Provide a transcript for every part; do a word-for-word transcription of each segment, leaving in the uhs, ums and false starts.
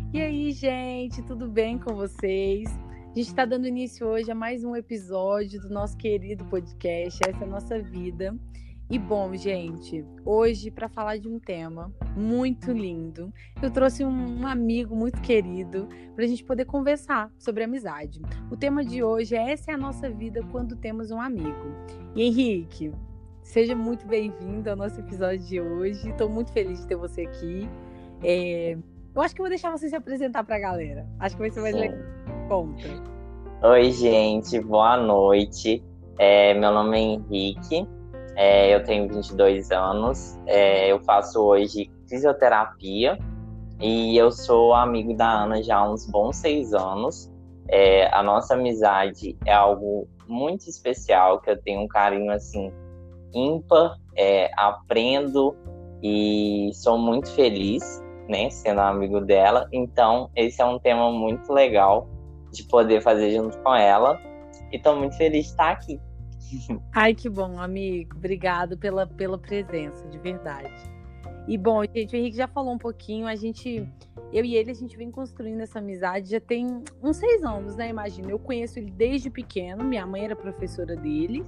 E aí, gente, tudo bem com vocês? A gente está dando início hoje a mais um episódio do nosso querido podcast, Essa é a Nossa Vida. E bom, gente, hoje para falar de um tema muito lindo, eu trouxe um amigo muito querido para a gente poder conversar sobre amizade. O tema de hoje é Essa é a Nossa Vida quando temos um amigo. E Henrique, seja muito bem-vindo ao nosso episódio de hoje. Estou muito feliz de ter você aqui. É... Eu acho que eu vou deixar você se apresentar para a galera. Acho que vai ser mais Sim. legal. Conta. Oi, gente, boa noite. É, meu nome é Henrique, é, eu tenho vinte e dois anos, é, eu faço hoje fisioterapia e eu sou amigo da Ana já há uns bons seis anos. É, a nossa amizade é algo muito especial, que eu tenho um carinho assim ímpar, é, aprendo e sou muito feliz, né, sendo amigo dela. Então, esse é um tema muito legal de poder fazer junto com ela. E tô muito feliz de estar aqui. Ai, que bom, amigo. Obrigado pela, pela presença, de verdade. E bom, gente, o Henrique já falou um pouquinho. A gente, eu e ele, a gente vem construindo essa amizade já tem uns seis anos, né? Imagina, eu conheço ele desde pequeno. Minha mãe era professora dele.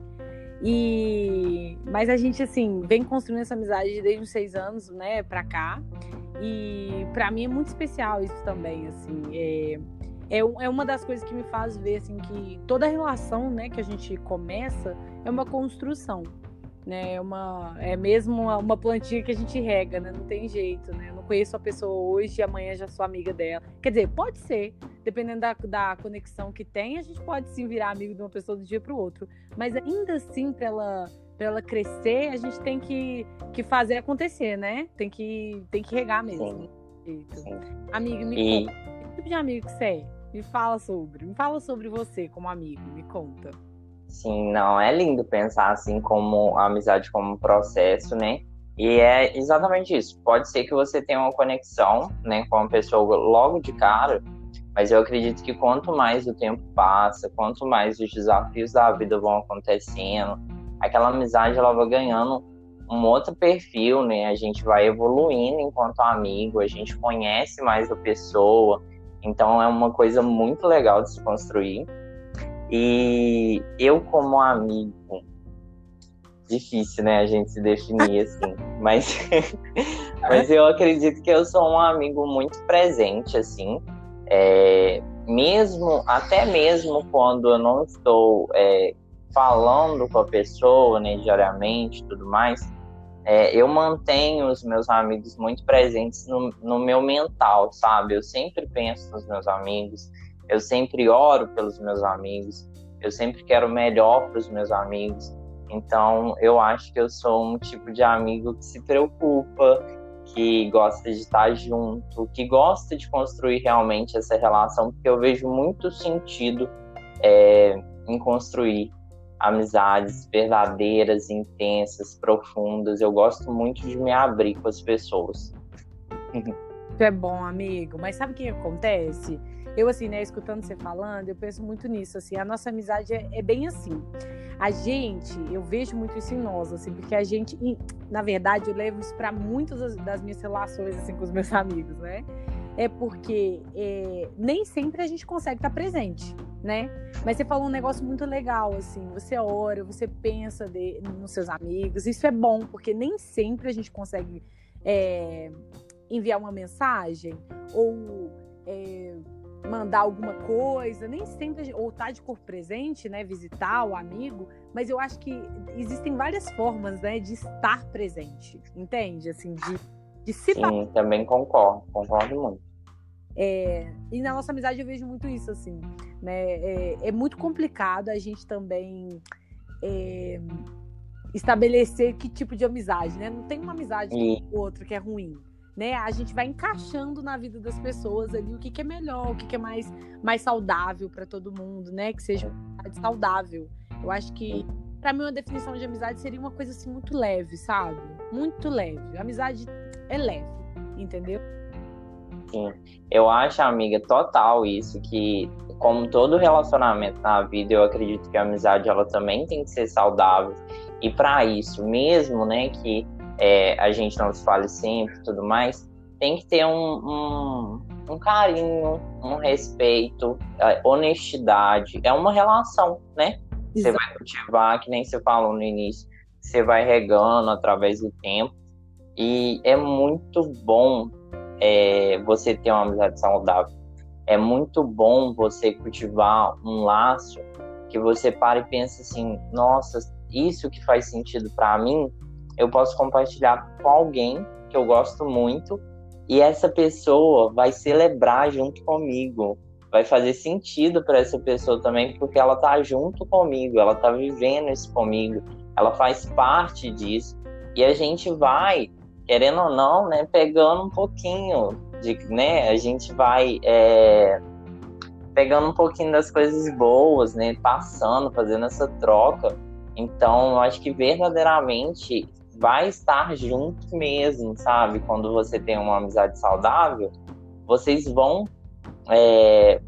E... Mas a gente, assim, vem construindo essa amizade desde uns seis anos, né, pra cá. E pra mim é muito especial isso também, assim. É, é, é uma das coisas que me faz ver, assim, que toda relação, né, que a gente começa é uma construção, né? É, uma, é mesmo uma, uma plantinha que a gente rega, né? Não tem jeito, né? Eu não conheço a pessoa hoje e amanhã já sou amiga dela. Quer dizer, pode ser, dependendo da, da conexão que tem, a gente pode sim virar amigo de uma pessoa do dia pro outro. Mas ainda assim, pra ela... para ela crescer, a gente tem que, que fazer acontecer, né? Tem que, tem que regar mesmo. Sim, sim. Amigo, me E... conta. Que tipo de amigo que você é? Me fala sobre. Me fala sobre você como amigo. Me conta. Sim, não, é lindo pensar assim como a amizade como um processo, né? E é exatamente isso. Pode ser que você tenha uma conexão, né, com uma pessoa logo de cara, mas eu acredito que quanto mais o tempo passa, quanto mais os desafios da vida vão acontecendo, aquela amizade ela vai ganhando um outro perfil, né? A gente vai evoluindo enquanto amigo, a gente conhece mais a pessoa, então é uma coisa muito legal de se construir. E eu como amigo, difícil, né, a gente se definir assim, mas, mas eu acredito que eu sou um amigo muito presente, assim, é, mesmo, até mesmo quando eu não estou é, falando com a pessoa, né, diariamente e tudo mais, é, eu mantenho os meus amigos muito presentes no, no meu mental, sabe? Eu sempre penso nos meus amigos, eu sempre oro pelos meus amigos, eu sempre quero o melhor para os meus amigos. Então, eu acho que eu sou um tipo de amigo que se preocupa, que gosta de estar junto, que gosta de construir realmente essa relação, porque eu vejo muito sentido é, em construir amizades verdadeiras, intensas, profundas. Eu gosto muito de me abrir com as pessoas. Isso é bom, amigo. Mas sabe o que acontece? Eu, assim, né, escutando você falando, eu penso muito nisso, assim, a nossa amizade é, é bem assim. A gente, eu vejo muito isso em nós, assim, porque a gente, na verdade, eu levo isso para muitas das minhas relações, assim, com os meus amigos, né? É porque é, nem sempre a gente consegue estar presente, né? Mas você falou um negócio muito legal, assim, você ora, você pensa de, nos seus amigos, isso é bom, porque nem sempre a gente consegue é, enviar uma mensagem ou... É, mandar alguma coisa, nem sempre, ou estar tá de corpo presente, né, visitar o amigo, mas eu acho que existem várias formas, né, de estar presente, entende? Assim, de, de se... Sim, também concordo, concordo muito. É, e na nossa amizade eu vejo muito isso, assim, né, é, é muito complicado a gente também é, estabelecer que tipo de amizade, né, não tem uma amizade E... com o outro que é ruim. Né? A gente vai encaixando na vida das pessoas ali o que, que é melhor, o que, que é mais, mais saudável para todo mundo, né? Que seja uma amizade saudável. Eu acho que, para mim, uma definição de amizade seria uma coisa assim muito leve, sabe? Muito leve. A amizade é leve, entendeu? Sim. Eu acho, amiga, total isso, que como todo relacionamento na vida, eu acredito que a amizade ela também tem que ser saudável. E para isso, mesmo, né, que É, a gente não se fale sempre e tudo mais, tem que ter um, um, um carinho, um respeito, honestidade. É uma relação, né? Você Exato. vai cultivar, que nem você falou no início, você vai regando através do tempo. E é muito bom é, você ter uma amizade saudável. É muito bom você cultivar um laço que você para e pensa assim, nossa, isso que faz sentido para mim, eu posso compartilhar com alguém que eu gosto muito e essa pessoa vai celebrar junto comigo. Vai fazer sentido para essa pessoa também, porque ela tá junto comigo, ela tá vivendo isso comigo, ela faz parte disso. E a gente vai, querendo ou não, né, pegando um pouquinho de, né, a gente vai é, pegando um pouquinho das coisas boas, né, passando, fazendo essa troca. Então, eu acho que verdadeiramente vai estar junto mesmo, sabe? Quando você tem uma amizade saudável, vocês vão é,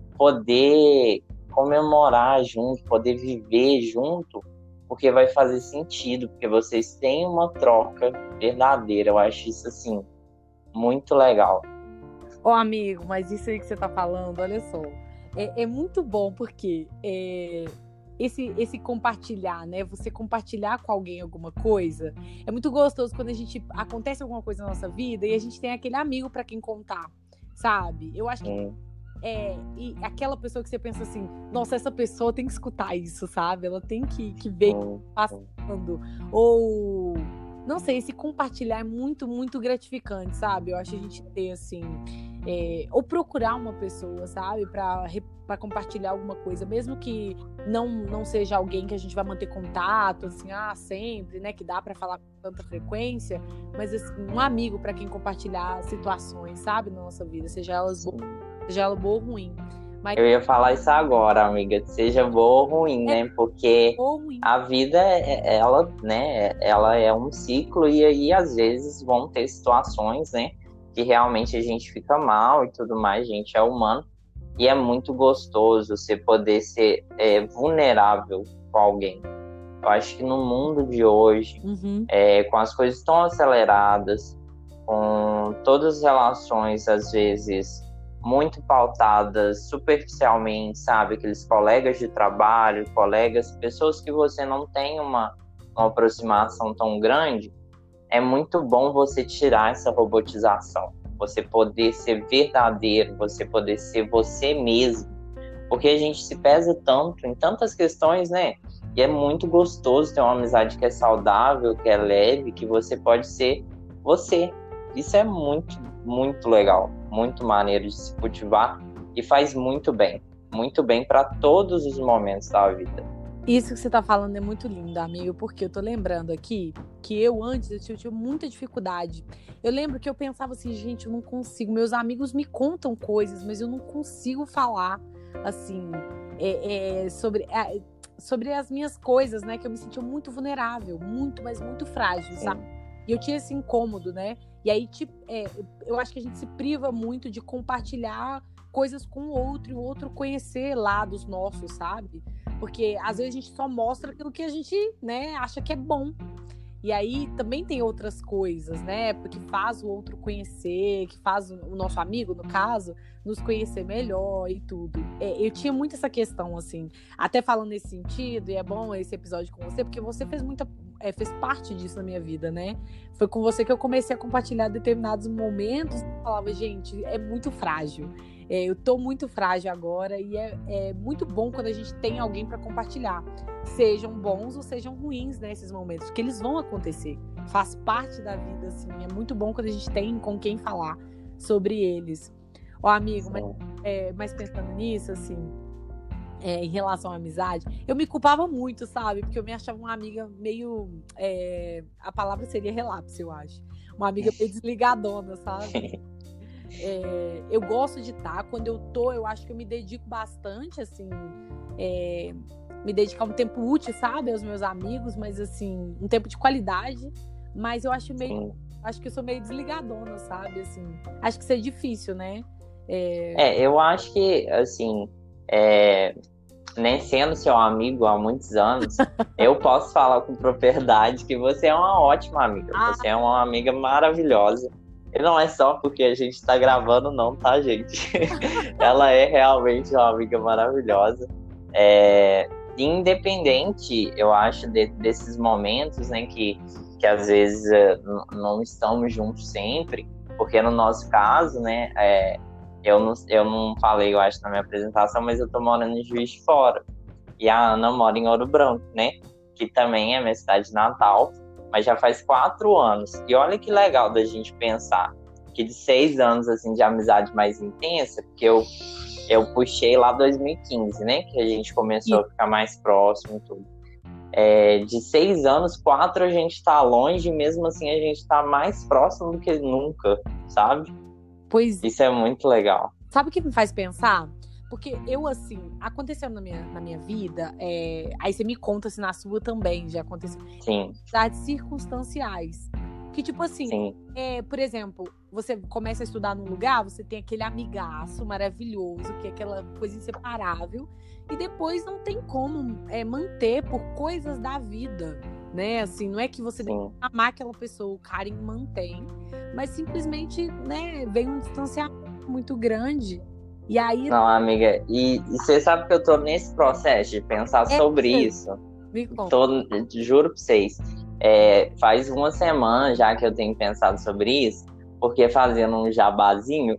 poder comemorar junto, poder viver junto, porque vai fazer sentido, porque vocês têm uma troca verdadeira. Eu acho isso, assim, muito legal. Ô, amigo, mas isso aí que você tá falando, olha só, é, é muito bom, porque é, esse, esse compartilhar, né? Você compartilhar com alguém alguma coisa, é muito gostoso quando a gente acontece alguma coisa na nossa vida e a gente tem aquele amigo para quem contar, sabe? Eu acho que hum. é e aquela pessoa que você pensa assim, nossa, essa pessoa tem que escutar isso, sabe? Ela tem que, que ver o que tá passando. Ou, não sei, esse compartilhar é muito, muito gratificante, sabe? Eu acho que a gente ter, assim, é, ou procurar uma pessoa, sabe? Pra, pra compartilhar alguma coisa, mesmo que não, não seja alguém que a gente vai manter contato, assim, ah, sempre, né? Que dá pra falar com tanta frequência, mas, assim, um amigo pra quem compartilhar situações, sabe? Na nossa vida, seja elas boas, seja ela boa ou ruim. Mas... Eu ia falar isso agora, amiga, seja boa ou ruim, é, né? Porque ruim. A vida, ela, né, ela é um ciclo e aí às vezes vão ter situações, né, que realmente a gente fica mal e tudo mais, a gente é humano e é muito gostoso você poder ser é, vulnerável com alguém. Eu acho que no mundo de hoje, uhum. é, com as coisas tão aceleradas, com todas as relações às vezes muito pautadas superficialmente, sabe? Aqueles colegas de trabalho, colegas, pessoas que você não tem uma, uma aproximação tão grande, é muito bom você tirar essa robotização, você poder ser verdadeiro, você poder ser você mesmo, porque a gente se pesa tanto em tantas questões, né? E é muito gostoso ter uma amizade que é saudável, que é leve, que você pode ser você. Isso é muito, muito legal, muito maneiro de se cultivar e faz muito bem, muito bem para todos os momentos da vida. Isso que você tá falando é muito lindo, amigo, porque eu tô lembrando aqui que eu antes eu tinha, eu tinha muita dificuldade. Eu lembro que eu pensava assim, gente, eu não consigo, meus amigos me contam coisas, mas eu não consigo falar, assim, é, é, sobre, é, sobre as minhas coisas, né, que eu me sentia muito vulnerável, muito, mas muito frágil, Sim. sabe? E eu tinha esse incômodo, né? E aí, tipo, é, eu acho que a gente se priva muito de compartilhar coisas com o outro e o outro conhecer lados nossos, sabe? Porque às vezes a gente só mostra aquilo que a gente, né, acha que é bom. E aí também tem outras coisas, né? Porque faz o outro conhecer, que faz o nosso amigo, no caso, nos conhecer melhor e tudo. É, eu tinha muito essa questão, assim, até falando nesse sentido, e é bom esse episódio com você, porque você fez muita, é, fez parte disso na minha vida, né? Foi com você que eu comecei a compartilhar determinados momentos e falava, gente, é muito frágil. É, eu tô muito frágil agora e é, é muito bom quando a gente tem alguém para compartilhar. Sejam bons ou sejam ruins nesses momentos, porque eles vão acontecer. Faz parte da vida, assim. É muito bom quando a gente tem com quem falar sobre eles. Ó, amigo, mas, é, mas pensando nisso, assim, é, em relação à amizade, eu me culpava muito, sabe? Porque eu me achava uma amiga meio... É, a palavra seria relapso, eu acho. Uma amiga meio desligadona, sabe? É, eu gosto de estar, quando eu tô, eu acho que eu me dedico bastante, assim, é, me dedicar um tempo útil, sabe, aos meus amigos, mas assim, um tempo de qualidade, mas eu acho meio, Sim. acho que eu sou meio desligadona, sabe, assim, acho que isso é difícil, né? É, é eu acho que, assim, é, nem sendo seu amigo há muitos anos, eu posso falar com propriedade que você é uma ótima amiga, ah. Você é uma amiga maravilhosa. E não é só porque a gente tá gravando, não, tá, gente? Ela é realmente uma amiga maravilhosa. É, independente, eu acho, de, desses momentos, né, que, que às vezes é, n- não estamos juntos sempre, porque no nosso caso, né, é, eu, não, eu não falei, eu acho, na minha apresentação, mas eu tô morando em Juiz de Fora. E a Ana mora em Ouro Branco, né, que também é minha cidade natal, mas já faz quatro anos. E olha que legal da gente pensar que de seis anos, assim, de amizade mais intensa, porque eu eu puxei lá dois mil e quinze, né? Que a gente começou a ficar mais próximo e tudo. É, de seis anos, quatro a gente tá longe, e mesmo assim a gente tá mais próximo do que nunca, sabe? Pois Isso é muito legal. sabe o que me faz pensar? Porque eu, assim, aconteceu na minha, na minha vida, é, aí você me conta se na sua também já aconteceu, Sim, amizades circunstanciais. Que, tipo assim, sim, é, por exemplo, você começa a estudar num lugar, você tem aquele amigaço maravilhoso, que é aquela coisa inseparável, e depois não tem como é, manter por coisas da vida, né? Assim, não é que você deve sim. amar aquela pessoa, o carinho mantém, mas simplesmente, né, vem um distanciamento muito grande. E aí, Não, amiga, e, e você sabe que eu tô nesse processo de pensar é, sobre isso. me conta. Tô, juro pra vocês, é, faz uma semana já que eu tenho pensado sobre isso, porque fazendo um jabazinho,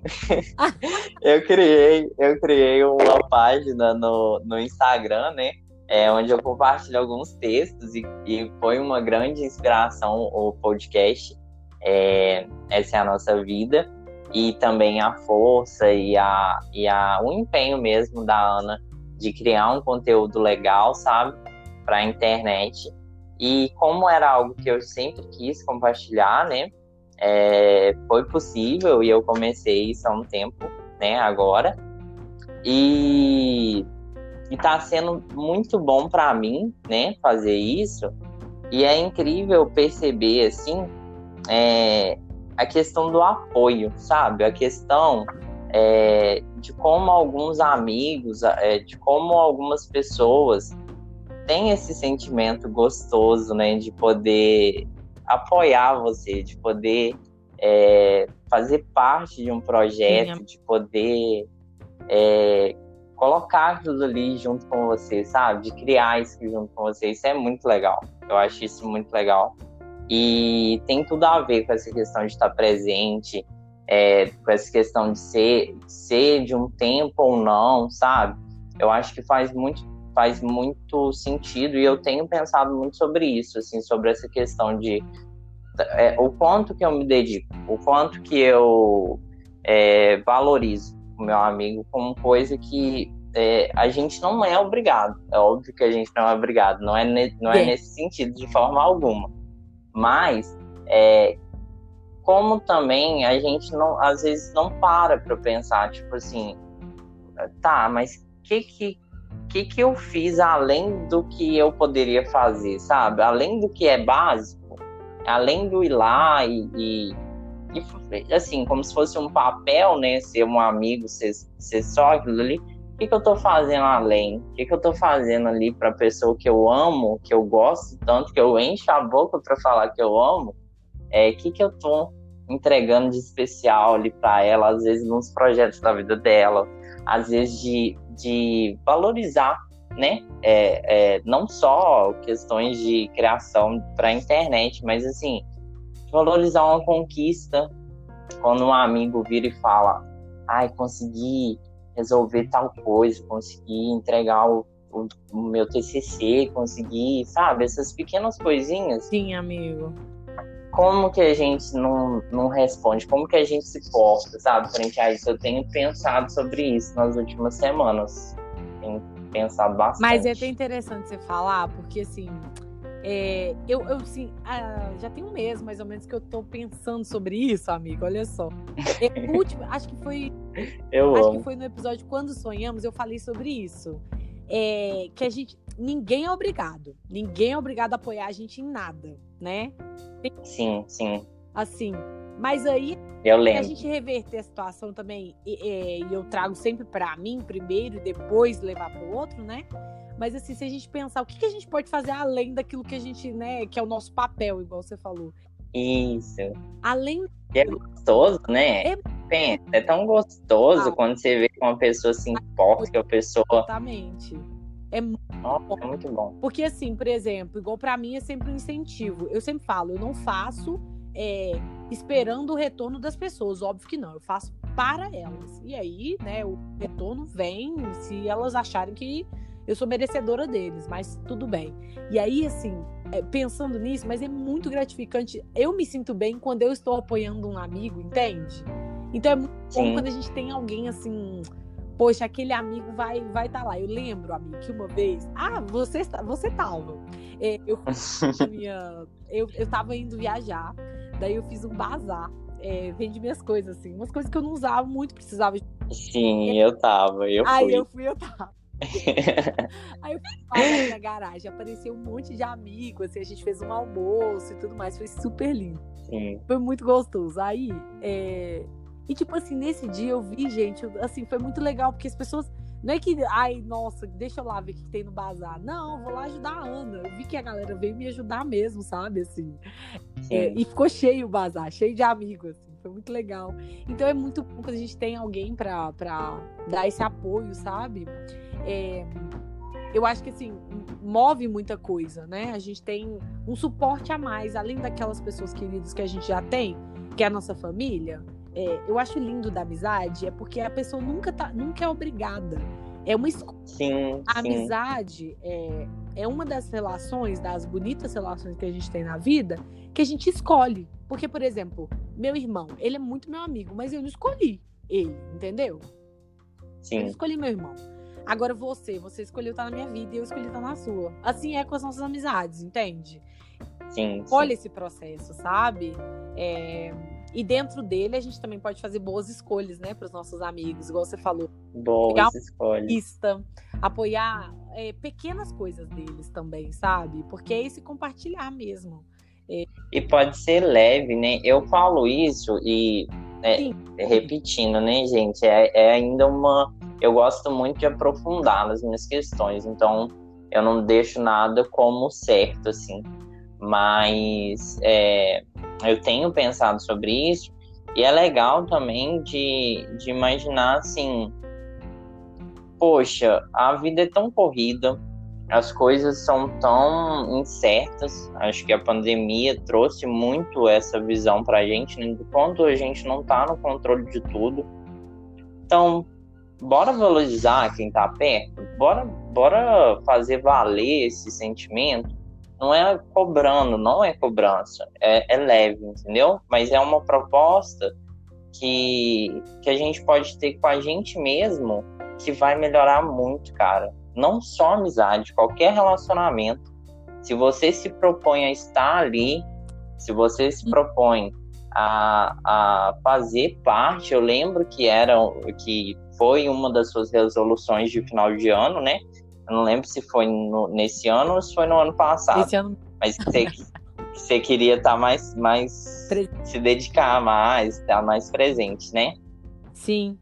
eu criei, eu criei uma página no, no Instagram, né? É, onde eu compartilho alguns textos e, e foi uma grande inspiração o podcast. É, essa é a nossa vida. E também a força e, a, e a, o empenho mesmo da Ana de criar um conteúdo legal, sabe? Para a internet. E como era algo que eu sempre quis compartilhar, né? É, foi possível e eu comecei isso há um tempo, né? Agora. E, e tá sendo muito bom para mim, né? Fazer isso. E é incrível perceber, assim, é, a questão do apoio, sabe? A questão é, de como alguns amigos, é, de como algumas pessoas têm esse sentimento gostoso, né? De poder apoiar você, de poder é, fazer parte de um projeto, Sim, de poder é, colocar aquilo ali junto com você, sabe? De criar isso junto com você. Isso é muito legal. Eu acho isso muito legal. E tem tudo a ver com essa questão de estar presente, é, com essa questão de ser, ser de um tempo ou não, sabe? Eu acho que faz muito, faz muito sentido e eu tenho pensado muito sobre isso, assim, sobre essa questão de é, o quanto que eu me dedico, o quanto que eu é, valorizo o meu amigo como coisa que é, a gente não é obrigado. É óbvio que a gente não é obrigado, não é, ne, não é é. nesse sentido de forma alguma. Mas, é, como também a gente não, às vezes não para para pensar, tipo assim, tá, mas o que que, que que eu fiz além do que eu poderia fazer, sabe? Além do que é básico, além do ir lá e, e, e assim, como se fosse um papel, né? Ser um amigo, ser, ser só aquilo ali. O que, que eu tô fazendo além? O que, que eu tô fazendo ali pra pessoa que eu amo, que eu gosto tanto, que eu encho a boca pra falar que eu amo? É, o que, que eu tô entregando de especial ali pra ela, às vezes nos projetos da vida dela, às vezes de, de valorizar, né? É, é, não só questões de criação pra internet, mas assim, valorizar uma conquista, quando um amigo vira e fala, ai, consegui resolver tal coisa, consegui entregar o, o, o meu T C C, consegui, sabe, essas pequenas coisinhas, Sim, amigo. como que a gente não, não responde, como que a gente se porta, sabe, frente a isso. Eu tenho pensado sobre isso nas últimas semanas, tenho pensado bastante. Mas é até interessante você falar, porque assim, é, eu, eu assim, ah, já tem um mês mais ou menos que eu tô pensando sobre isso, amigo. Olha só. É, o último, acho que foi. Eu acho amo. que foi no episódio Quando Sonhamos, eu falei sobre isso. É, que a gente. Ninguém é obrigado. Ninguém é obrigado a apoiar a gente em nada, né? Tem, Sim, sim. assim. Mas aí, eu se lembro. a gente reverter a situação também, e, e, e eu trago sempre pra mim primeiro e depois levar pro outro, né? Mas assim, se a gente pensar o que, que a gente pode fazer além daquilo que a gente, né, que é o nosso papel, igual você falou. Isso. Além E é gostoso, né? é Pensa, é tão gostoso ah, quando você vê que uma pessoa se importa, que a pessoa. exatamente. É muito Nossa, bom. é muito bom. Porque, assim, por exemplo, igual pra mim é sempre um incentivo. Eu sempre falo, eu não faço é, esperando o retorno das pessoas. Óbvio que não, eu faço para elas. E aí, né, o retorno vem se elas acharem que eu sou merecedora deles, mas tudo bem. E aí, assim, é, pensando nisso, mas é muito gratificante. Eu me sinto bem quando eu estou apoiando um amigo, entende? Então é muito bom Sim. quando a gente tem alguém assim. Poxa, aquele amigo vai vai estar tá lá. Eu lembro, amigo, que uma vez. Ah, você você tava. É, eu a minha, eu, eu tava indo viajar, daí eu fiz um bazar. É, vendi minhas coisas, assim, umas coisas que eu não usava muito, precisava de. Sim, eu tava, eu Aí fui. eu fui, eu tava. Aí eu fui lá na garagem, apareceu um monte de amigos, assim, a gente fez um almoço e tudo mais, foi super lindo. Sim. Foi muito gostoso. Aí, é... e tipo assim, nesse dia eu vi, gente, assim, foi muito legal, porque as pessoas, não é que, ai, nossa, deixa eu lá ver o que tem no bazar. Não, vou lá ajudar a Ana. Eu vi que a galera veio me ajudar mesmo, sabe, assim. É, e ficou cheio o bazar, cheio de amigos, assim, foi muito legal. Então é muito bom quando a gente tem alguém pra, pra dar esse apoio, sabe? É, eu acho que, assim, move muita coisa, né? A gente tem um suporte a mais, além daquelas pessoas queridas que a gente já tem, que é a nossa família. É, eu acho lindo da amizade, é porque a pessoa nunca, tá, nunca é obrigada. É uma escolha. Sim, A sim. amizade é, é uma das relações, das bonitas relações que a gente tem na vida, que a gente escolhe. Porque, por exemplo, meu irmão, ele é muito meu amigo, mas eu não escolhi ele, entendeu? Sim. Eu não escolhi meu irmão. Agora você, você escolheu estar na minha vida e eu escolhi estar na sua. Assim é com as nossas amizades, entende? Sim, Olha sim. esse processo, sabe? É... E dentro dele a gente também pode fazer boas escolhas, né, para os nossos amigos, igual você falou. Boas escolhas. Lista, apoiar é, pequenas coisas deles também, sabe? Porque é esse compartilhar mesmo. É... E pode ser leve, né? Eu falo isso e é, repetindo, né, gente? É, é ainda uma. Eu gosto muito de aprofundar nas minhas questões, então eu não deixo nada como certo, assim. Mas é, eu tenho pensado sobre isso e é legal também de, de imaginar assim, poxa, a vida é tão corrida, as coisas são tão incertas. Acho que a pandemia trouxe muito essa visão pra gente, né, do quanto a gente não tá no controle de tudo. Então, bora valorizar quem tá perto, bora, bora fazer valer esse sentimento. Não é cobrando, não é cobrança, é, é leve, entendeu? Mas é uma proposta que, que a gente pode ter com a gente mesmo, que vai melhorar muito, cara. Não só amizade, qualquer relacionamento. Se você se propõe a estar ali, se você se propõe a, a fazer parte, eu lembro que era que foi uma das suas resoluções de final de ano, né? Eu não lembro se foi no, nesse ano ou se foi no ano passado. Esse ano... Mas você, você queria estar mais, mais Pre... se dedicar mais, estar mais presente, né? Sim.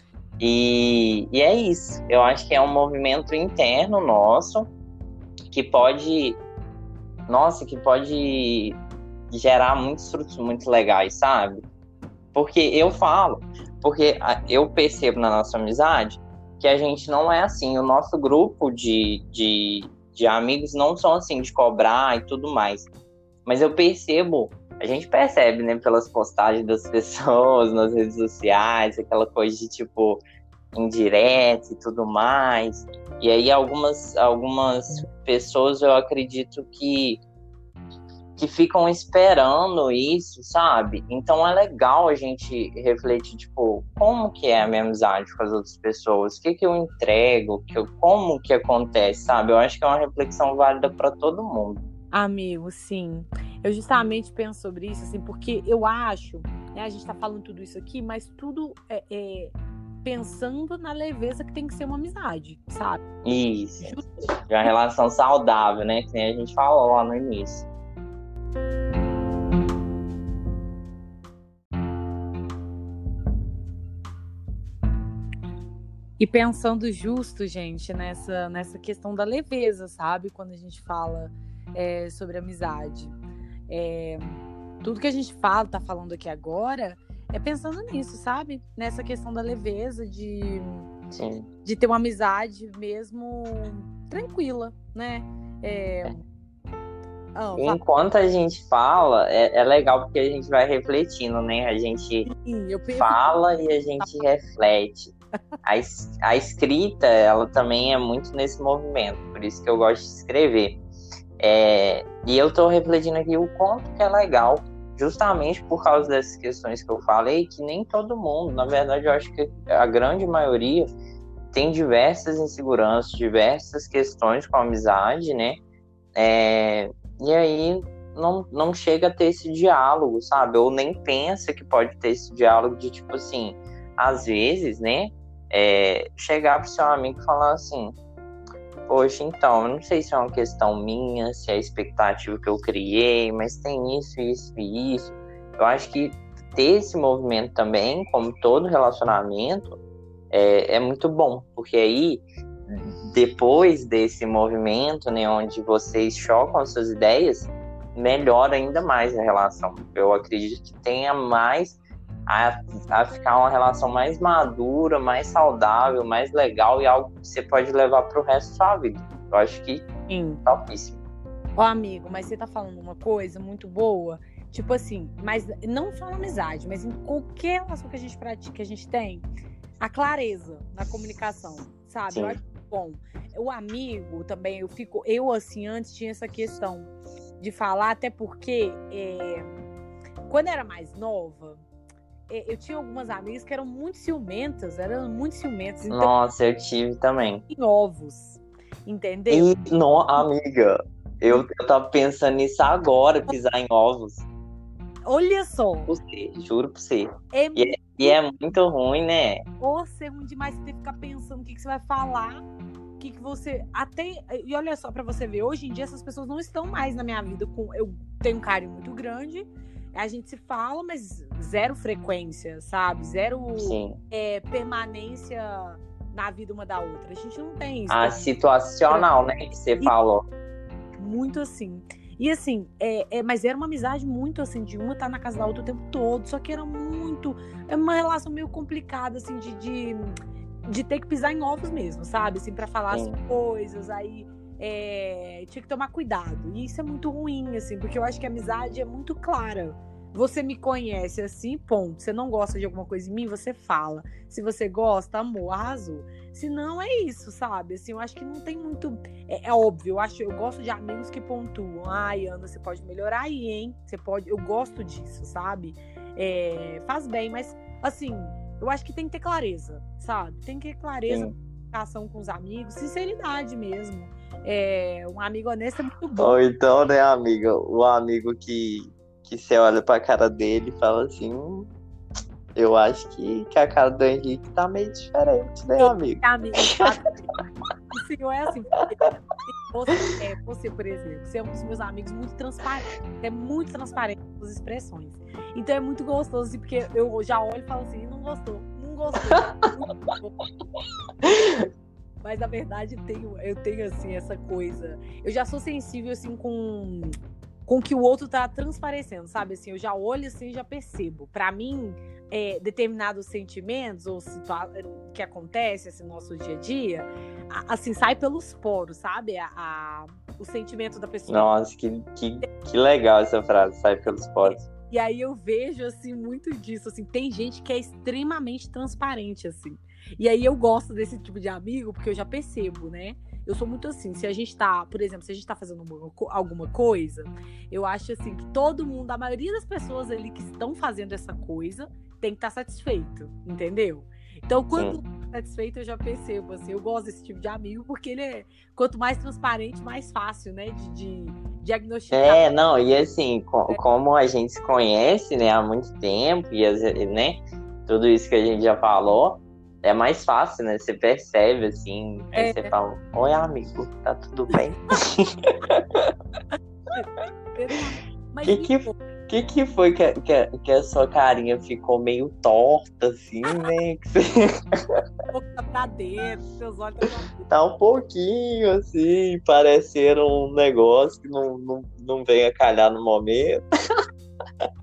E, e é isso. Eu acho que é um movimento interno nosso que pode, nossa, que pode gerar muitos frutos muito legais, sabe? Porque eu falo, porque eu percebo na nossa amizade que a gente não é assim, o nosso grupo de, de, de amigos não são assim, de cobrar e tudo mais. Mas eu percebo, a gente percebe, né, pelas postagens das pessoas nas redes sociais, aquela coisa de, tipo, indireta e tudo mais. E aí algumas, algumas pessoas, eu acredito que que ficam esperando isso, sabe? Então é legal a gente refletir, tipo, como que é a minha amizade com as outras pessoas? O que que eu entrego? Que eu, como que acontece, sabe? Eu acho que é uma reflexão válida para todo mundo. Amigo, sim. Eu justamente penso sobre isso, assim, porque eu acho, né, a gente tá falando tudo isso aqui, mas tudo é, é pensando na leveza que tem que ser uma amizade, sabe? Isso. De uma relação saudável, né? Que nem a gente falou lá no início. E pensando justo, gente, nessa, nessa questão da leveza, sabe? Quando a gente fala é, sobre amizade. É, tudo que a gente fala, tá falando aqui agora, é pensando nisso, sabe? Nessa questão da leveza, de, Sim. de ter uma amizade mesmo tranquila, né? É... É. Ah, Enquanto a gente fala, é, é legal porque a gente vai refletindo, né? A gente sim, eu penso... fala e a gente reflete. A, a escrita, ela também é muito nesse movimento, por isso que eu gosto de escrever. É, e eu tô refletindo aqui o quanto que é legal, justamente por causa dessas questões que eu falei, que nem todo mundo, na verdade eu acho que a grande maioria tem diversas inseguranças, diversas questões com a amizade, né? É, e aí não, não chega a ter esse diálogo, sabe? Ou nem pensa que pode ter esse diálogo de tipo assim, às vezes, né? É, chegar pro seu amigo e falar assim, poxa, então, eu não sei se é uma questão minha, se é a expectativa que eu criei, mas tem isso, isso e isso. Eu acho que ter esse movimento também, como todo relacionamento, é, é muito bom, porque aí, depois desse movimento, né, onde vocês chocam as suas ideias, melhora ainda mais a relação. Eu acredito que tenha mais a, a ficar uma relação mais madura, mais saudável, mais legal e algo que você pode levar para o resto da sua vida. Eu acho que Sim. topíssimo. Ó, amigo, mas você tá falando uma coisa muito boa, tipo assim, mas não só na amizade, mas em qualquer relação que a gente pratica, que a gente tem, a clareza na comunicação, sabe? Sim. Eu acho bom. O amigo também, eu fico, eu assim, antes tinha essa questão de falar, até porque é, quando eu era mais nova, eu tinha algumas amigas que eram muito ciumentas, eram muito ciumentas. Então, nossa, eu tive também. Em ovos, entendeu? E, não, amiga, eu, eu tava pensando nisso agora, pisar em ovos. Olha só. Por você, juro por você. É e, muito... é, e é muito ruim, né? Ou ser ruim demais, você tem que ficar pensando o que, que você vai falar, o que, que você... Até... E olha só, pra você ver, hoje em dia essas pessoas não estão mais na minha vida. Com... Eu tenho um carinho muito grande, a gente se fala, mas zero frequência, sabe? Zero é, permanência na vida uma da outra. A gente não tem isso. A situacional, né? Que você e... falou. Muito assim. E assim, é, é, mas era uma amizade muito assim, de uma estar na casa da outra o tempo todo, só que era muito... É uma relação meio complicada, assim, de, de, de ter que pisar em ovos mesmo, sabe? Assim, pra falar Sim. as coisas, aí é, tinha que tomar cuidado. E isso é muito ruim, assim, porque eu acho que a amizade é muito clara. Você me conhece assim, ponto. Você não gosta de alguma coisa em mim, você fala. Se você gosta, amor, arrasou. Se não, é isso, sabe? Assim, eu acho que não tem muito... É, é óbvio, eu acho, eu gosto de amigos que pontuam. Ai, Ana, você pode melhorar aí, hein? Você pode... Eu gosto disso, sabe? É, faz bem, mas, assim, eu acho que tem que ter clareza, sabe? Tem que ter clareza, comunicação com os amigos, sinceridade mesmo. É, um amigo honesto é muito bom. Ou então, né, amiga? O amigo que... que você olha pra cara dele e fala assim, hum, eu acho que, que a cara do Henrique tá meio diferente, né, amigo? Amigo, o senhor é assim, você, é, você, por exemplo, você é um dos meus amigos muito transparente, é muito transparente com as expressões. Então é muito gostoso, assim, porque eu já olho e falo assim, não gostou, não gostou. Mas na verdade eu tenho, eu tenho assim, essa coisa. Eu já sou sensível assim com... com o que o outro tá transparecendo, sabe? Assim, eu já olho assim e já percebo. Pra mim, é, determinados sentimentos ou situações que acontecem assim, no nosso dia a dia, assim, sai pelos poros, sabe? A, a, o sentimento da pessoa. Nossa, que, que, que legal essa frase, sai pelos poros. É, e aí eu vejo, assim, muito disso, assim, tem gente que é extremamente transparente, assim. E aí eu gosto desse tipo de amigo, porque eu já percebo, né? Eu sou muito assim, se a gente tá, por exemplo, se a gente tá fazendo uma, alguma coisa, eu acho assim que todo mundo, a maioria das pessoas ali que estão fazendo essa coisa, tem que estar satisfeito, entendeu? Então, quando eu satisfeito, eu já percebo, assim, eu gosto desse tipo de amigo, porque ele é, quanto mais transparente, mais fácil, né, de, de diagnosticar. É, não, e assim, co- como a gente se conhece, né, há muito tempo, e né, tudo isso que a gente já falou, é mais fácil, né? Você percebe, assim, aí É. você fala, oi, amigo, tá tudo bem? Mas que, que, que que foi que, a- que, a- que a sua carinha ficou meio torta, assim, né? Que você boca pra dentro, seus olhos pra dentro. tá um pouquinho, assim, parecendo um negócio que não, não, não vem a calhar no momento.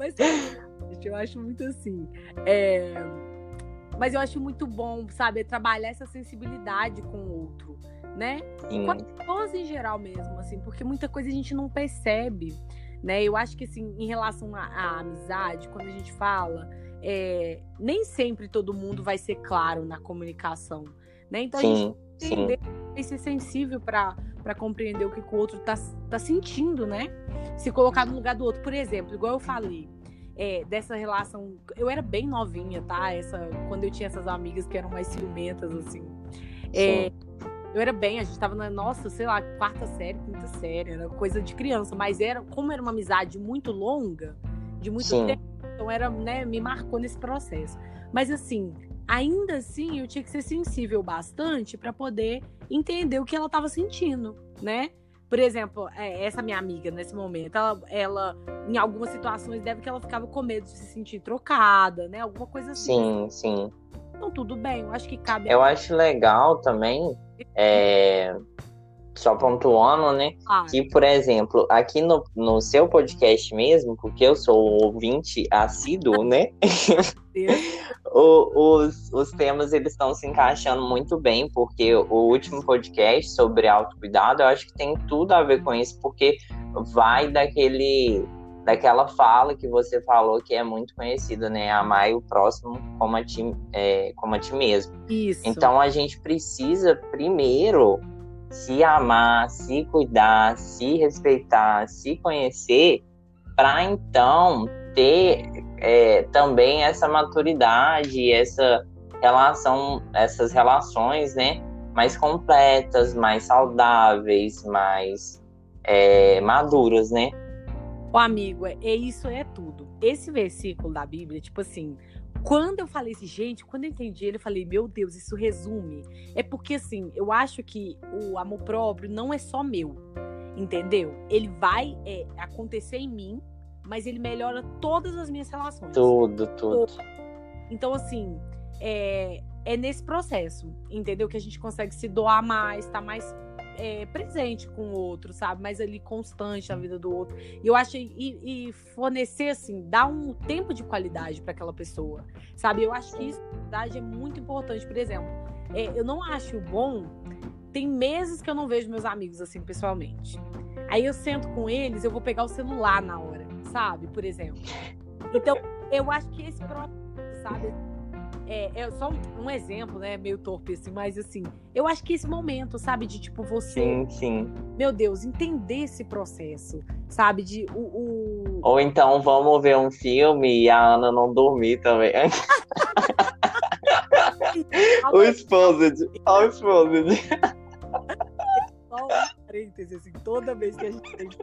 Mas eu acho muito assim. É... Mas eu acho muito bom, sabe? É trabalhar essa sensibilidade com o outro, né? Sim. Com as pessoas em geral mesmo, assim, porque muita coisa a gente não percebe, né? Eu acho que, assim, em relação à, à amizade, quando a gente fala, é... nem sempre todo mundo vai ser claro na comunicação, né? Então sim, a gente tem que entender, sim. tem que ser sensível para para compreender o que, que o outro tá, tá sentindo, né? Se colocar no lugar do outro. Por exemplo, igual eu falei, é, dessa relação... Eu era bem novinha, tá? Essa, quando eu tinha essas amigas que eram mais ciumentas, assim. É, eu era bem... A gente tava na, nossa, sei lá, quarta série, quinta série. Era coisa de criança. Mas era, como era uma amizade muito longa, de muito Sim. tempo, então era, né, me marcou nesse processo. Mas, assim... Ainda assim, eu tinha que ser sensível bastante para poder entender o que ela estava sentindo, né? Por exemplo, essa minha amiga, nesse momento, ela, ela, em algumas situações, deve que ela ficava com medo de se sentir trocada, né? Alguma coisa assim. Sim, sim. Então, tudo bem, eu acho que cabe... Eu acho legal também, é... só pontuando, né? Ah. Que, por exemplo, aqui no, no seu podcast mesmo, porque eu sou ouvinte assíduo, né? o, os, os temas, eles estão se encaixando muito bem, porque o último podcast sobre autocuidado, eu acho que tem tudo a ver com isso, porque vai daquele, daquela fala que você falou, que é muito conhecida, né? Amar o próximo como a ti, é, como a ti mesmo. Isso. Então, a gente precisa, primeiro... se amar, se cuidar, se respeitar, se conhecer, para então ter é, também essa maturidade, essa relação, essas relações, né, mais completas, mais saudáveis, mais é, maduras, né? Ô, amigo, é, é isso é tudo. Esse versículo da Bíblia, tipo assim, quando eu falei assim, gente, quando eu entendi ele, eu falei, meu Deus, isso resume. É porque, assim, eu acho que o amor próprio não é só meu, entendeu? Ele vai é, acontecer em mim, mas ele melhora todas as minhas relações. Tudo, tudo. Então, assim, é, é nesse processo, entendeu? Que a gente consegue se doar mais, estar mais é, presente com o outro, sabe? Mais ali constante na vida do outro. E eu acho, e, e fornecer, assim, dar um tempo de qualidade para aquela pessoa, sabe? Eu acho que isso, na verdade, é muito importante. Por exemplo, é, eu não acho bom... Tem meses que eu não vejo meus amigos, assim, pessoalmente. Aí eu sento com eles, eu vou pegar o celular na hora, sabe? Por exemplo. Então, eu acho que esse processo, sabe? É, é só um, um exemplo, né? Meio torpe, assim, mas assim, eu acho que esse momento, sabe? De tipo, você. Sim, sim. Meu Deus, entender esse processo, sabe? De o. o... Ou então vamos ver um filme e a Ana não dormir também. O Exposed. O Exposed. Só um parêntese, assim, toda vez que a gente tem.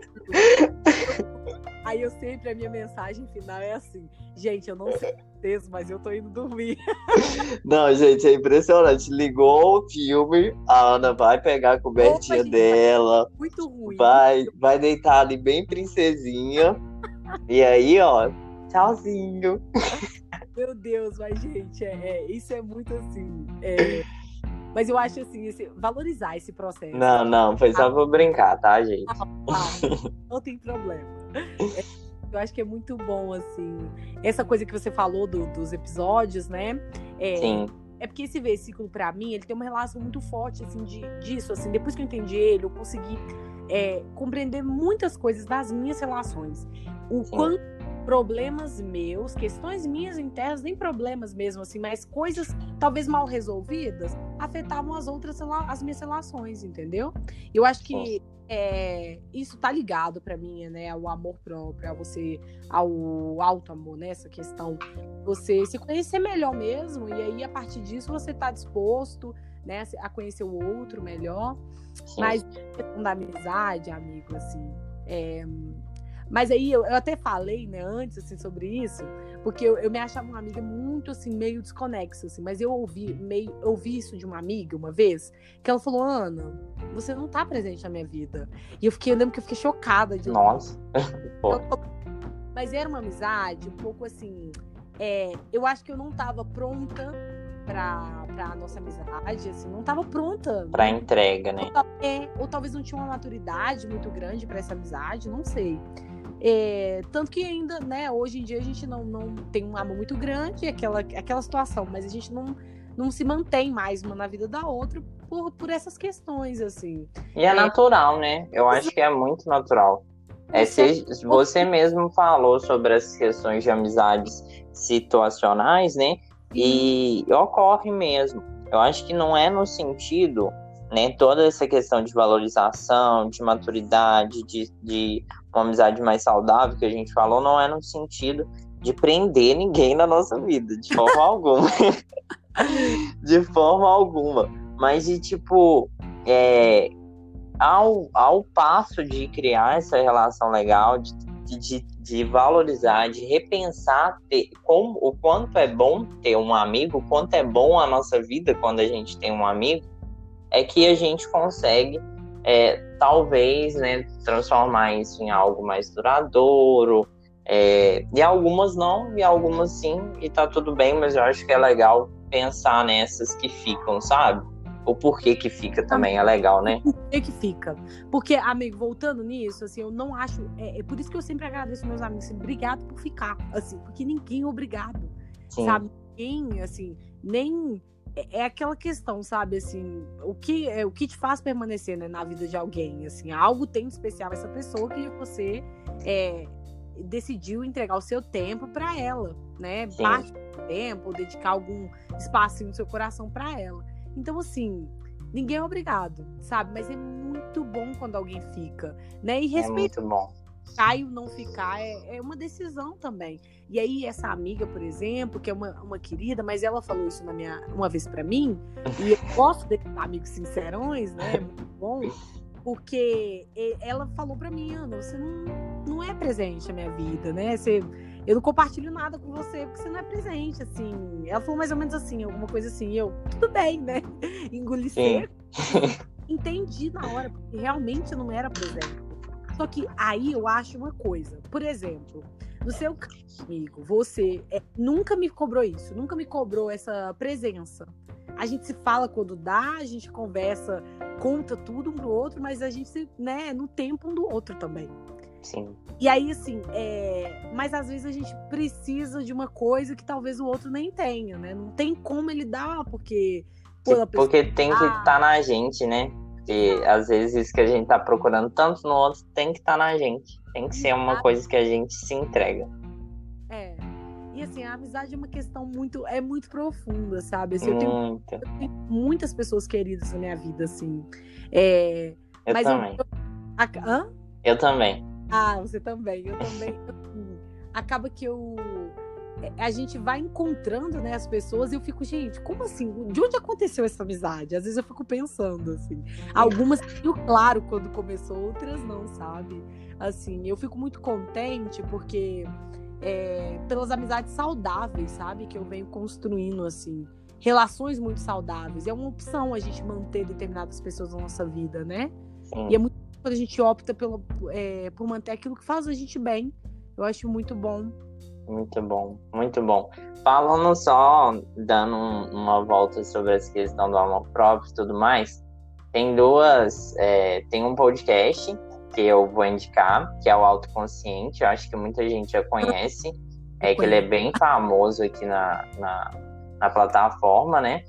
Aí eu sempre, a minha mensagem final é assim, gente, eu não sei vocês, mas eu tô indo dormir. Não, gente, é impressionante. Ligou o filme, a Ana vai pegar a cobertinha Opa, dela. Vai... Muito ruim. Vai, vai deitar ali bem princesinha. E aí, ó, tchauzinho. Meu Deus, mas, gente, é, é, isso é muito assim. É... Mas eu acho assim, esse, valorizar esse processo. Não, não, foi só pra brincar, tá, gente? Não, não, não tem problema. É, eu acho que é muito bom, assim. Essa coisa que você falou do, dos episódios, né? É, Sim. É porque esse versículo, pra mim, ele tem uma relação muito forte, assim, de, disso, assim. Depois que eu entendi ele, eu consegui é, compreender muitas coisas das minhas relações. O Sim. quanto problemas meus, questões minhas internas, nem problemas mesmo, assim, mas coisas talvez mal resolvidas, afetavam as outras, as minhas relações, entendeu? Eu acho que é, isso tá ligado pra mim, né, ao amor próprio, a você, ao alto amor, né, essa questão, você se conhecer melhor mesmo, e aí a partir disso você tá disposto, né, a conhecer o outro melhor. Sim. Mas a questão da amizade, amigo, assim, é... Mas aí eu, eu até falei, né, antes, assim, sobre isso, porque eu, eu me achava uma amiga muito, assim, meio desconexa, assim, mas eu ouvi, meio, ouvi isso de uma amiga uma vez, que ela falou, Ana, você não tá presente na minha vida. E eu fiquei, eu lembro que eu fiquei chocada de Nossa. Mas era uma amizade um pouco assim, é, eu acho que eu não tava pronta pra, pra nossa amizade, assim, não tava pronta. Pra entrega, né? Ou, é, ou talvez não tinha uma maturidade muito grande pra essa amizade, não sei. É, tanto que ainda, né, hoje em dia a gente não, não tem um amor muito grande, aquela, aquela situação, mas a gente não, não se mantém mais uma na vida da outra por, por essas questões, assim. E é, é natural, né? Eu acho que é muito natural. É, se, você mesmo falou sobre as questões de amizades situacionais, né? E ocorre mesmo. Eu acho que não é no sentido, né? Toda essa questão de valorização, de maturidade, de, de uma amizade mais saudável que a gente falou, não é no sentido de prender ninguém na nossa vida, de forma alguma. De forma alguma. Mas de, tipo, é, ao, ao passo de criar essa relação legal, de, de, de valorizar, de repensar ter, como, o quanto é bom ter um amigo, o quanto é bom a nossa vida quando a gente tem um amigo, é que a gente consegue, é, talvez, né, transformar isso em algo mais duradouro. É, e algumas não, e algumas sim, e tá tudo bem, mas eu acho que é legal pensar nessas que ficam, sabe? O porquê que fica também é legal, né? O porquê que fica. Porque, amigo, voltando nisso, assim, eu não acho... É, é por isso que eu sempre agradeço meus amigos, assim, obrigado por ficar, assim, porque ninguém é obrigado, sim. Sabe? Ninguém, assim, nem... É, é aquela questão, sabe, assim, o que, é, o que te faz permanecer, né, na vida de alguém, assim, algo tem de especial essa pessoa que você é, decidiu entregar o seu tempo para ela, né? Sim. Parte do tempo, dedicar algum espacinho no seu coração para ela. Então, assim, ninguém é obrigado, sabe? Mas é muito bom quando alguém fica, né? E respeitar. É muito bom. Ficar ou não ficar é, é uma decisão também. E aí, essa amiga, por exemplo, que é uma, uma querida, mas ela falou isso na minha, uma vez pra mim, e eu gosto desses amigos sincerões, né? É muito bom, porque ela falou pra mim, Ana, você não, não é presente na minha vida, né? Você... Eu não compartilho nada com você, porque você não é presente, assim. Ela falou mais ou menos assim, alguma coisa assim. E eu, tudo bem, né? Engoli seco. Entendi na hora, porque realmente eu não era presente. Só que aí eu acho uma coisa. Por exemplo, no seu caso, amigo, você é, nunca me cobrou isso. Nunca me cobrou essa presença. A gente se fala quando dá, a gente conversa, conta tudo um pro outro, mas a gente, né, no tempo um do outro também. Sim. E aí, assim, é... mas às vezes a gente precisa de uma coisa que talvez o outro nem tenha, né? Não tem como ele dar, porque... Pô, pessoa... Porque tem que estar tá na gente, né? E às vezes isso que a gente tá procurando tanto no outro tem que estar tá na gente. Tem que ser uma coisa que a gente se entrega. É. E assim, a amizade é uma questão muito... É muito profunda, sabe? Assim, eu, tenho, eu tenho muitas pessoas queridas na minha vida, assim. É... Eu mas também. Eu... Hã? Eu também. Ah, você também, eu também. Acaba que eu... A gente vai encontrando, né, as pessoas e eu fico, gente, como assim? De onde aconteceu essa amizade? Às vezes eu fico pensando, assim. Algumas ficam claro quando começou, outras não, sabe? Assim, eu fico muito contente porque... É, pelas amizades saudáveis, sabe? Que eu venho construindo, assim. Relações muito saudáveis. É uma opção a gente manter determinadas pessoas na nossa vida, né? Sim. E é muito quando a gente opta pelo, é, por manter aquilo que faz a gente bem. Eu acho muito bom. Muito bom, muito bom. Falando só, dando um, uma volta sobre essa questão do amor próprio e tudo mais, tem duas... É, tem um podcast que eu vou indicar, que é o Autoconsciente. Eu acho que muita gente já conhece. É que ele é bem famoso aqui na, na, na plataforma, né?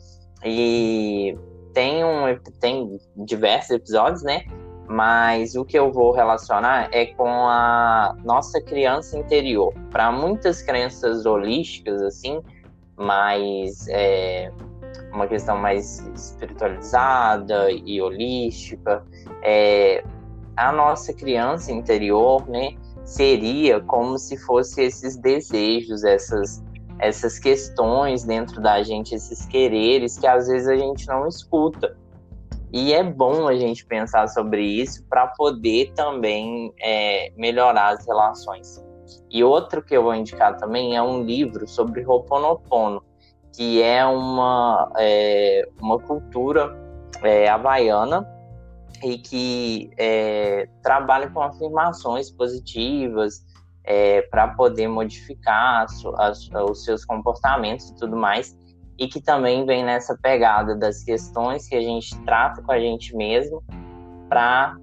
E tem, um, tem diversos episódios, né? Mas o que eu vou relacionar é com a nossa criança interior. Para muitas crenças holísticas, assim, mais é, uma questão mais espiritualizada e holística, é, a nossa criança interior, né, seria como se fosse esses desejos, essas, essas questões dentro da gente, esses quereres que às vezes a gente não escuta. E é bom a gente pensar sobre isso para poder também é, melhorar as relações. E outro que eu vou indicar também é um livro sobre Ho'oponopono, que é uma, é, uma cultura é, havaiana e que é, trabalha com afirmações positivas é, para poder modificar as, as, os seus comportamentos e tudo mais. E que também vem nessa pegada das questões que a gente trata com a gente mesmo para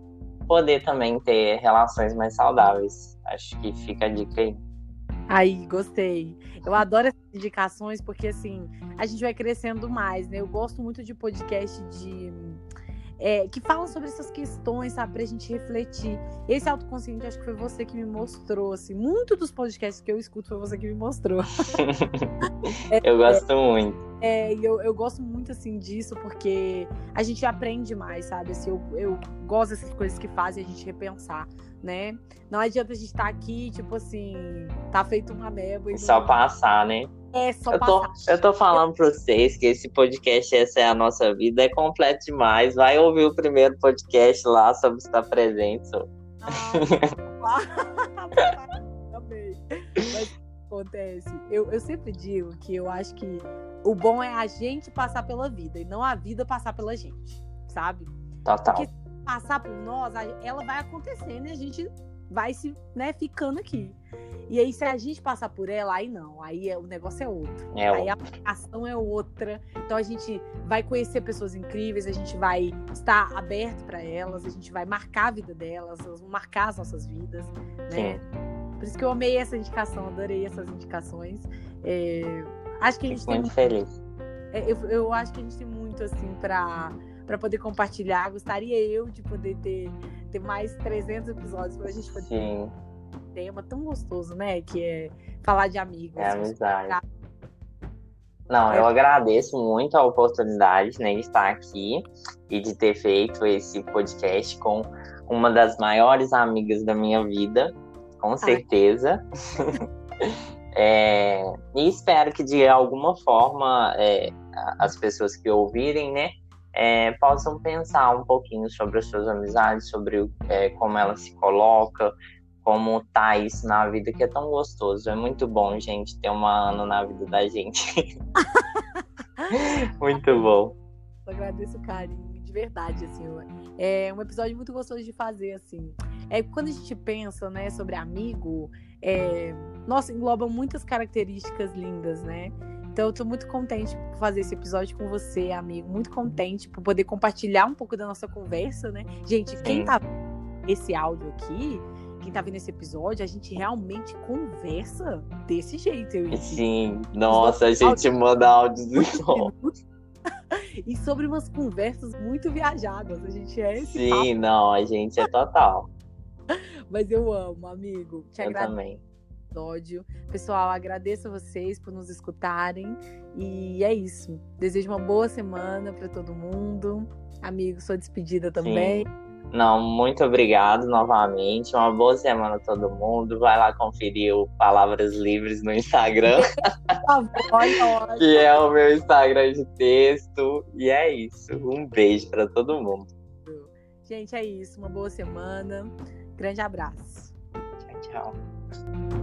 poder também ter relações mais saudáveis. Acho que fica a dica aí. Aí, gostei. Eu adoro essas indicações porque, assim, a gente vai crescendo mais, né? Eu gosto muito de podcast de... É, que falam sobre essas questões, sabe? Pra gente refletir. Esse autoconsciente, acho que foi você que me mostrou, assim. Muito dos podcasts que eu escuto foi você que me mostrou. Eu gosto muito. É, e eu, eu gosto muito, assim, disso, porque a gente aprende mais, sabe? Assim, eu, eu gosto dessas coisas que fazem a gente repensar, né? Não adianta a gente estar aqui, tipo assim, tá feito uma névoa. E Só não... passar, né? É, só eu tô, passar. eu tô falando pra vocês que esse podcast Essa é a Nossa Vida é completo demais. Vai ouvir o primeiro podcast lá sobre estar presente. Ah, também. Mas acontece. Eu, eu sempre digo que eu acho que o bom é a gente passar pela vida e não a vida passar pela gente, sabe? Total. Porque se passar por nós, ela vai acontecendo e a gente vai se, né, ficando aqui. E aí, se a gente passar por ela, aí não. Aí é, o negócio é outro. É aí outro. A ação é outra. Então, a gente vai conhecer pessoas incríveis, a gente vai estar aberto para elas, a gente vai marcar a vida delas, elas vão marcar as nossas vidas, né? Sim. Por isso que eu amei essa indicação, adorei essas indicações. É, acho que a gente Fico tem muito feliz. É, eu, eu acho que a gente tem muito, assim, para para poder compartilhar. Gostaria eu de poder ter, ter mais trezentos episódios pra gente poder... Sim. Tema tão gostoso, né? Que é falar de amigos. É amizade. Não, eu agradeço muito a oportunidade, né, de estar aqui e de ter feito esse podcast com uma das maiores amigas da minha vida, com certeza. é, e espero que de alguma forma é, as pessoas que ouvirem, né, é, possam pensar um pouquinho sobre as suas amizades, sobre é, como ela se coloca, como tá isso na vida, que é tão gostoso. É muito bom, gente, ter uma Ana na vida da gente. Muito bom. Eu agradeço o carinho, de verdade, assim. É um episódio muito gostoso de fazer, assim. É, quando a gente pensa, né, sobre amigo, é, nossa, engloba muitas características lindas, né? Então eu tô muito contente por fazer esse episódio com você, amigo. Muito contente por poder compartilhar um pouco da nossa conversa, né? Gente, Sim. quem tá vendo esse áudio aqui... Quem tá vendo esse episódio, a gente realmente conversa desse jeito. Eu Sim, nossa, a gente áudios, manda áudios do som. E sobre umas conversas muito viajadas. A gente é esse Sim, papo. Não, a gente é total. Mas eu amo, amigo. Te eu agradeço também. Episódio. Pessoal, agradeço a vocês por nos escutarem. E é isso. Desejo uma boa semana para todo mundo. Amigo, sua despedida também. Sim. Não, muito obrigado novamente. Uma boa semana a todo mundo. Vai lá conferir o Palavras Livres no Instagram. Que é o meu Instagram de texto. E é isso. Um beijo para todo mundo. Gente, é isso. Uma boa semana. Grande abraço. Tchau, tchau.